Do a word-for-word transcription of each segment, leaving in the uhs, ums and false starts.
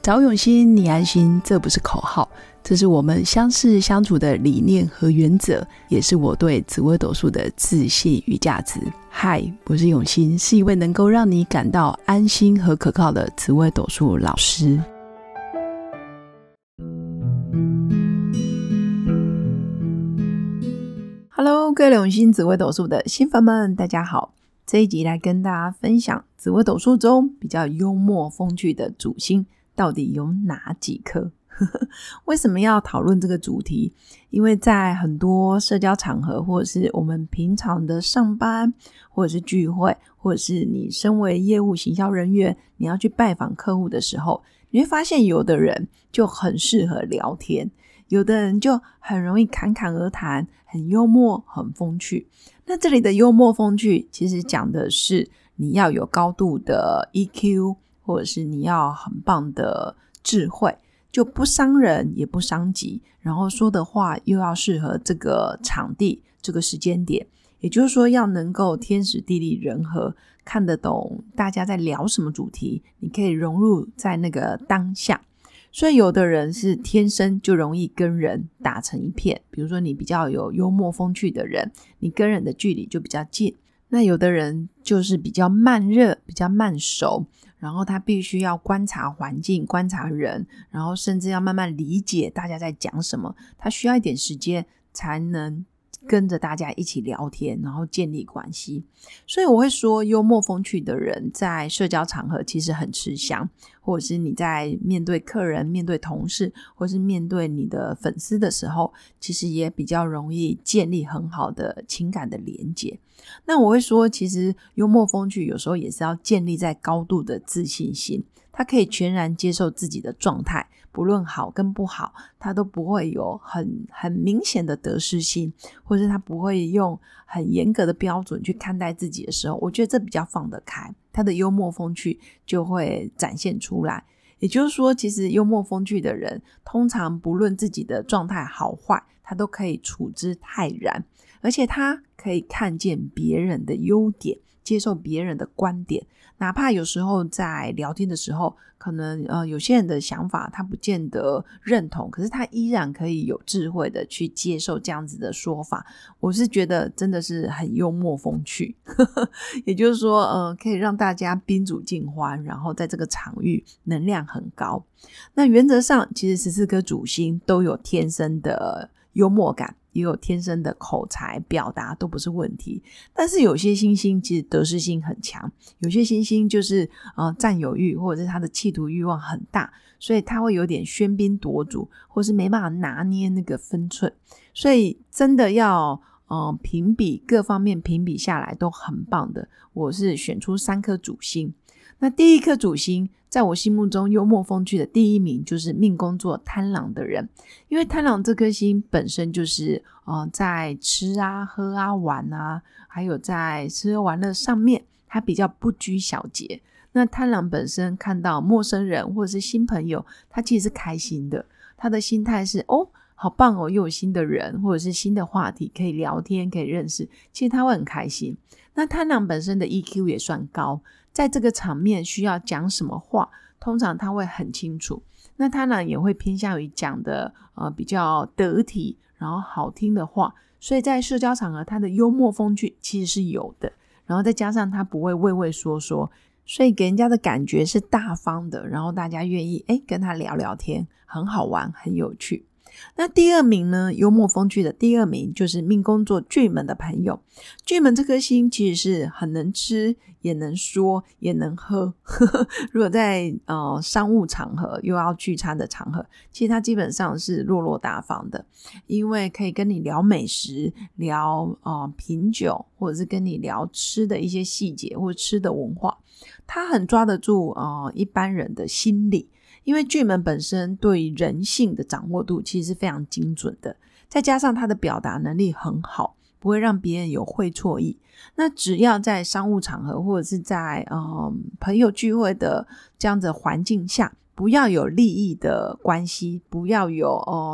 找永新，你安心，这不是口号，这是我们相识相处的理念和原则，也是我对紫微斗数的自信与价值。嗨，我是永新，是一位能够让你感到安心和可靠的紫微斗数老师。Hello， 各位永新紫微斗数的新粉们，大家好。这一集来跟大家分享紫微斗数中比较幽默风趣的主星到底有哪几颗？为什么要讨论这个主题？因为在很多社交场合，或者是我们平常的上班，或者是聚会，或者是你身为业务行销人员，你要去拜访客户的时候，你会发现有的人就很适合聊天，有的人就很容易侃侃而谈，很幽默，很风趣。那这里的幽默风趣其实讲的是你要有高度的 E Q， 或者是你要很棒的智慧，就不伤人也不伤己，然后说的话又要适合这个场地这个时间点，也就是说要能够天时地利人和，看得懂大家在聊什么主题，你可以融入在那个当下。所以有的人是天生就容易跟人打成一片，比如说你比较有幽默风趣的人，你跟人的距离就比较近。那有的人就是比较慢热，比较慢熟，然后他必须要观察环境，观察人，然后甚至要慢慢理解大家在讲什么，他需要一点时间才能跟着大家一起聊天，然后建立关系。所以我会说幽默风趣的人在社交场合其实很吃香，或者是你在面对客人，面对同事，或是面对你的粉丝的时候，其实也比较容易建立很好的情感的连结。那我会说其实幽默风趣有时候也是要建立在高度的自信心，他可以全然接受自己的状态，不论好跟不好，他都不会有很很明显的得失心，或者他不会用很严格的标准去看待自己的时候，我觉得这比较放得开，他的幽默风趣就会展现出来。也就是说其实幽默风趣的人通常不论自己的状态好坏，他都可以处之泰然，而且他可以看见别人的优点，接受别人的观点，哪怕有时候在聊天的时候可能呃有些人的想法他不见得认同，可是他依然可以有智慧的去接受这样子的说法。我是觉得真的是很幽默风趣也就是说呃可以让大家宾主尽欢，然后在这个场域能量很高。那原则上其实十四颗主星都有天生的幽默感，也有天生的口才表达，都不是问题。但是有些星星其实得失心很强，有些星星就是呃占有欲，或者是他的企图欲望很大，所以他会有点喧宾夺主，或是没办法拿捏那个分寸。所以真的要呃评比各方面评比下来都很棒的，我是选出三颗主星。那第一颗主星在我心目中幽默风趣的第一名就是命宫座贪狼的人，因为贪狼这颗星本身就是呃在吃啊喝啊玩啊，还有在吃喝玩乐上面他比较不拘小节。那贪狼本身看到陌生人或者是新朋友，他其实是开心的，他的心态是哦好棒哦，又有新的人或者是新的话题可以聊天可以认识，其实他会很开心。那贪狼本身的 E Q 也算高，在这个场面需要讲什么话通常他会很清楚。那贪狼也会偏向于讲的呃比较得体然后好听的话，所以在社交场合他的幽默风趣其实是有的，然后再加上他不会畏畏缩缩，所以给人家的感觉是大方的，然后大家愿意诶跟他聊聊天，很好玩很有趣。那第二名呢，幽默风趣的第二名就是命宫座巨门的朋友。巨门这颗星其实是很能吃也能说也能喝如果在呃商务场合又要聚餐的场合，其实他基本上是落落大方的，因为可以跟你聊美食，聊呃品酒，或者是跟你聊吃的一些细节或者吃的文化，他很抓得住呃一般人的心理。因为巨门本身对人性的掌握度其实是非常精准的，再加上他的表达能力很好，不会让别人有会错意。那只要在商务场合或者是在、呃、朋友聚会的这样子的环境下，不要有利益的关系，不要有、呃、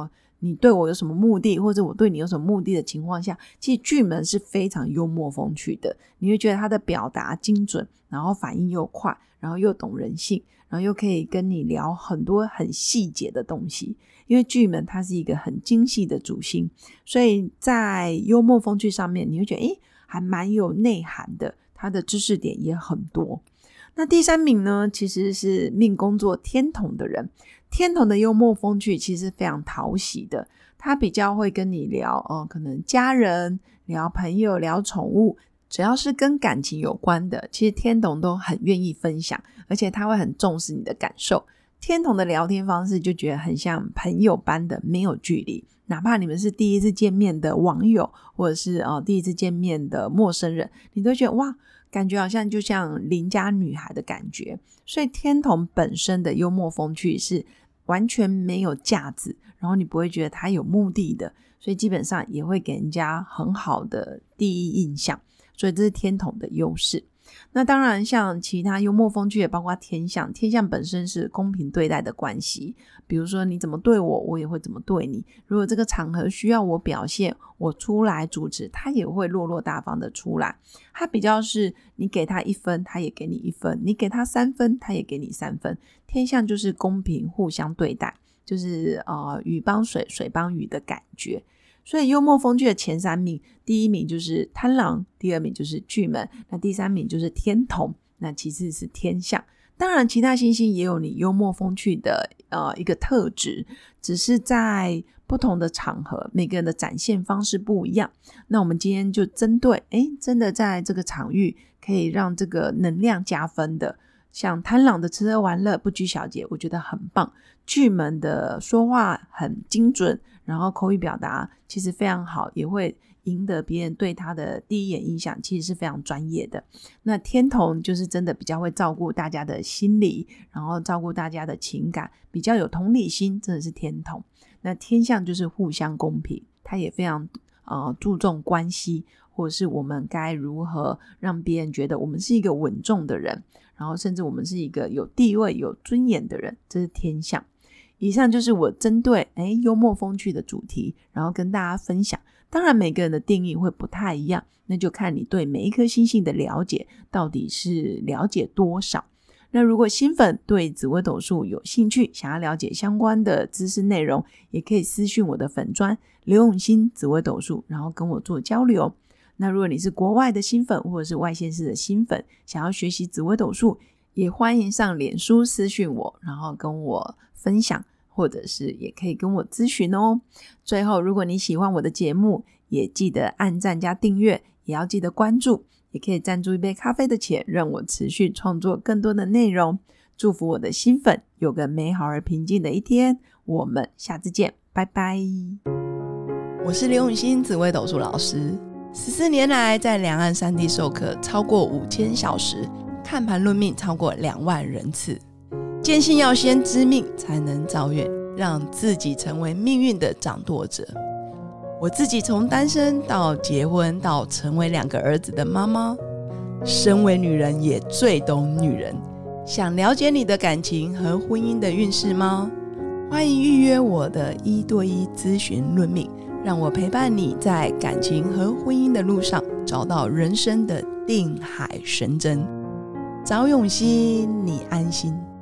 你对我有什么目的，或者我对你有什么目的的情况下，其实巨门是非常幽默风趣的。你会觉得他的表达精准，然后反应又快，然后又懂人性，然后又可以跟你聊很多很细节的东西。因为巨门它是一个很精细的主星，所以在幽默风趣上面你会觉得诶还蛮有内涵的，它的知识点也很多。那第三名呢，其实是命宫做天同的人。天同的幽默风趣其实非常讨喜的，他比较会跟你聊呃，可能家人、聊朋友、聊宠物，只要是跟感情有关的，其实天同都很愿意分享，而且他会很重视你的感受。天同的聊天方式就觉得很像朋友般的没有距离，哪怕你们是第一次见面的网友，或者是、呃、第一次见面的陌生人，你都觉得哇，感觉好像就像邻家女孩的感觉。所以天同本身的幽默风趣是完全没有架子，然后你不会觉得他有目的的，所以基本上也会给人家很好的第一印象，所以这是天同的优势。那当然像其他幽默风趣也包括天象，天象本身是公平对待的关系，比如说你怎么对我，我也会怎么对你，如果这个场合需要我表现，我出来主持，他也会落落大方的出来。他比较是你给他一分他也给你一分，你给他三分他也给你三分。天象就是公平互相对待，就是呃雨帮水水帮雨的感觉。所以幽默风趣的前三名，第一名就是贪狼，第二名就是巨门，那第三名就是天同，那其次是天象。当然其他星星也有你幽默风趣的呃一个特质，只是在不同的场合每个人的展现方式不一样。那我们今天就针对诶真的在这个场域可以让这个能量加分的，像贪狼的吃喝玩乐不拘小节，我觉得很棒。巨门的说话很精准，然后口语表达其实非常好，也会赢得别人对他的第一眼印象，其实是非常专业的。那天同就是真的比较会照顾大家的心理，然后照顾大家的情感，比较有同理心，真的是天同。那天象就是互相公平，他也非常呃注重关系，或者是我们该如何让别人觉得我们是一个稳重的人，然后甚至我们是一个有地位有尊严的人，这是天象。以上就是我针对诶幽默风趣的主题，然后跟大家分享。当然每个人的定义会不太一样，那就看你对每一颗星星的了解到底是了解多少。那如果新粉对紫微斗数有兴趣，想要了解相关的知识内容，也可以私讯我的粉专刘永新紫微斗数，然后跟我做交流。那如果你是国外的新粉或者是外县市的新粉，想要学习紫微斗数，也欢迎上脸书私讯我，然后跟我分享，或者是也可以跟我咨询哦。最后如果你喜欢我的节目，也记得按赞加订阅，也要记得关注，也可以赞助一杯咖啡的钱，让我持续创作更多的内容。祝福我的新粉有个美好而平静的一天，我们下次见，拜拜。我是刘永新紫微斗数老师，十四年来在两岸三地授课超过五千小时，看盘论命超过两万人次，坚信要先知命才能造运，让自己成为命运的掌舵者。我自己从单身到结婚到成为两个儿子的妈妈，身为女人也最懂女人。想了解你的感情和婚姻的运势吗？欢迎预约我的一对一咨询论命，让我陪伴你在感情和婚姻的路上找到人生的定海神针。找永熙，你安心。